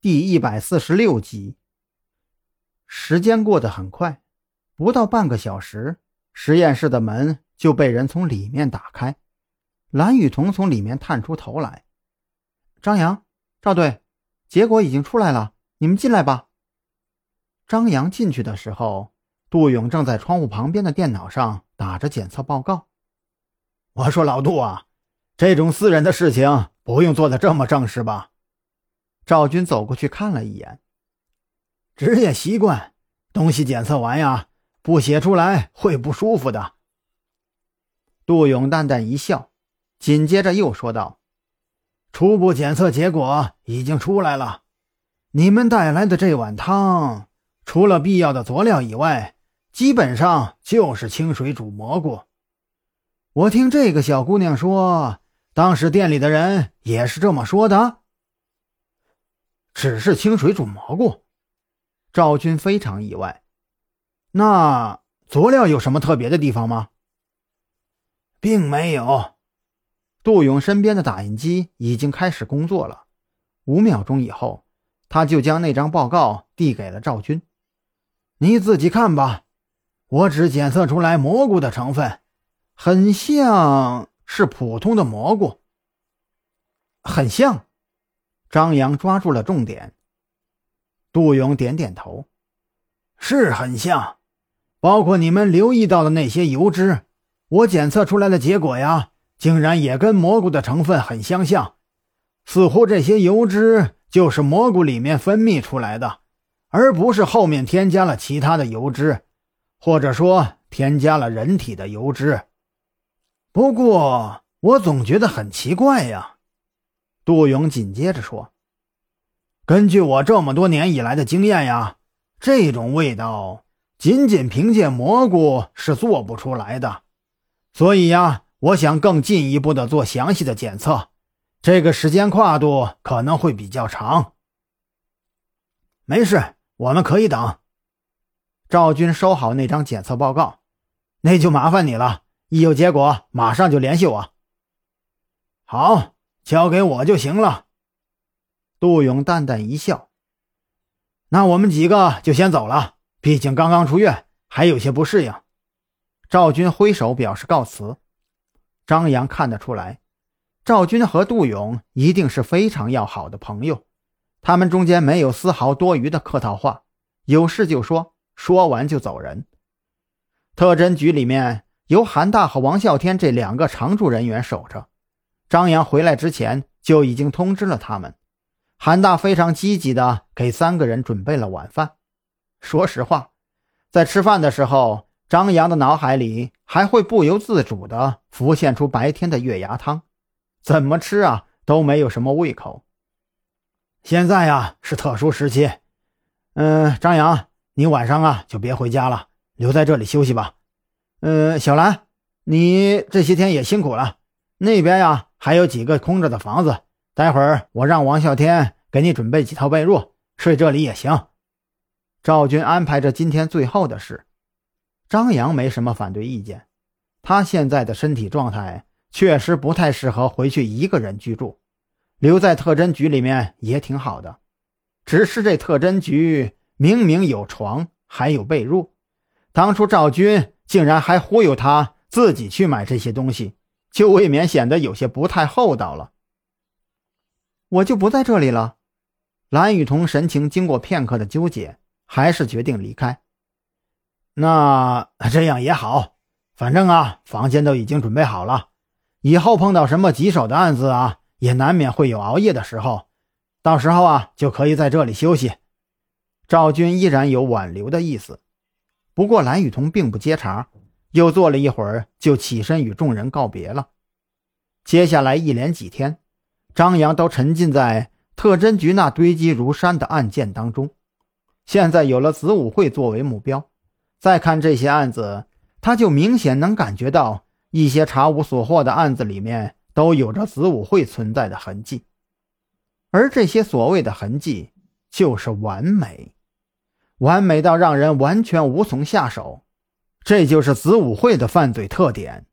第146集。时间过得很快，不到半个小时，实验室的门就被人从里面打开。蓝雨桐从里面探出头来：“张扬、赵队，结果已经出来了，你们进来吧。”张扬进去的时候，杜勇正在窗户旁边的电脑上打着检测报告。“我说老杜啊，这种私人的事情不用做得这么正式吧？”赵军走过去看了一眼。“职业习惯，东西检测完呀，不写出来会不舒服的。”杜勇淡淡一笑，紧接着又说道：“初步检测结果已经出来了，你们带来的这碗汤，除了必要的佐料以外，基本上就是清水煮蘑菇。我听这个小姑娘说，当时店里的人也是这么说的。”“只是清水煮蘑菇？”赵军非常意外。“那佐料有什么特别的地方吗？”“并没有。”杜勇身边的打印机已经开始工作了，5秒钟以后，他就将那张报告递给了赵军。“你自己看吧，我只检测出来蘑菇的成分，很像是普通的蘑菇。”“很像。”张扬抓住了重点。杜勇点点头：“是很像，包括你们留意到的那些油脂，我检测出来的结果呀，竟然也跟蘑菇的成分很相像，似乎这些油脂就是蘑菇里面分泌出来的，而不是后面添加了其他的油脂，或者说添加了人体的油脂。不过我总觉得很奇怪呀。”杜勇紧接着说：“根据我这么多年以来的经验呀，这种味道仅仅凭借蘑菇是做不出来的，所以呀，我想更进一步的做详细的检测，这个时间跨度可能会比较长。”“没事，我们可以等。”赵军收好那张检测报告：“那就麻烦你了，一有结果马上就联系我。”“好，交给我就行了。”杜勇淡淡一笑：“那我们几个就先走了，毕竟刚刚出院，还有些不适应。”赵军挥手表示告辞。张扬看得出来，赵军和杜勇一定是非常要好的朋友，他们中间没有丝毫多余的客套话，有事就说，说完就走人。特侦局里面由韩大和王啸天这2个常驻人员守着，张扬回来之前就已经通知了他们。韩大非常积极地给3个人准备了晚饭。说实话，在吃饭的时候，张扬的脑海里还会不由自主地浮现出白天的月牙汤，怎么吃啊都没有什么胃口。现在呀是特殊时期，张扬，你晚上啊就别回家了，留在这里休息吧。小兰，你这些天也辛苦了，那边呀还有几个空着的房子，待会儿我让王啸天给你准备几套被褥，睡这里也行。赵军安排着今天最后的事。张扬没什么反对意见，他现在的身体状态确实不太适合回去一个人居住，留在特侦局里面也挺好的。只是这特侦局明明有床还有被褥，当初赵军竟然还忽悠他自己去买这些东西，就未免显得有些不太厚道了。“我就不在这里了。”蓝雨桐神情经过片刻的纠结，还是决定离开。“那这样也好，反正啊房间都已经准备好了，以后碰到什么棘手的案子啊，也难免会有熬夜的时候，到时候啊就可以在这里休息。”赵军依然有挽留的意思，不过蓝雨桐并不接茬，又坐了一会儿就起身与众人告别了。接下来一连几天，张扬都沉浸在特侦局那堆积如山的案件当中。现在有了子午会作为目标，再看这些案子，他就明显能感觉到一些查无所获的案子里面都有着子午会存在的痕迹，而这些所谓的痕迹就是完美，完美到让人完全无从下手。这就是子午会的犯罪特点。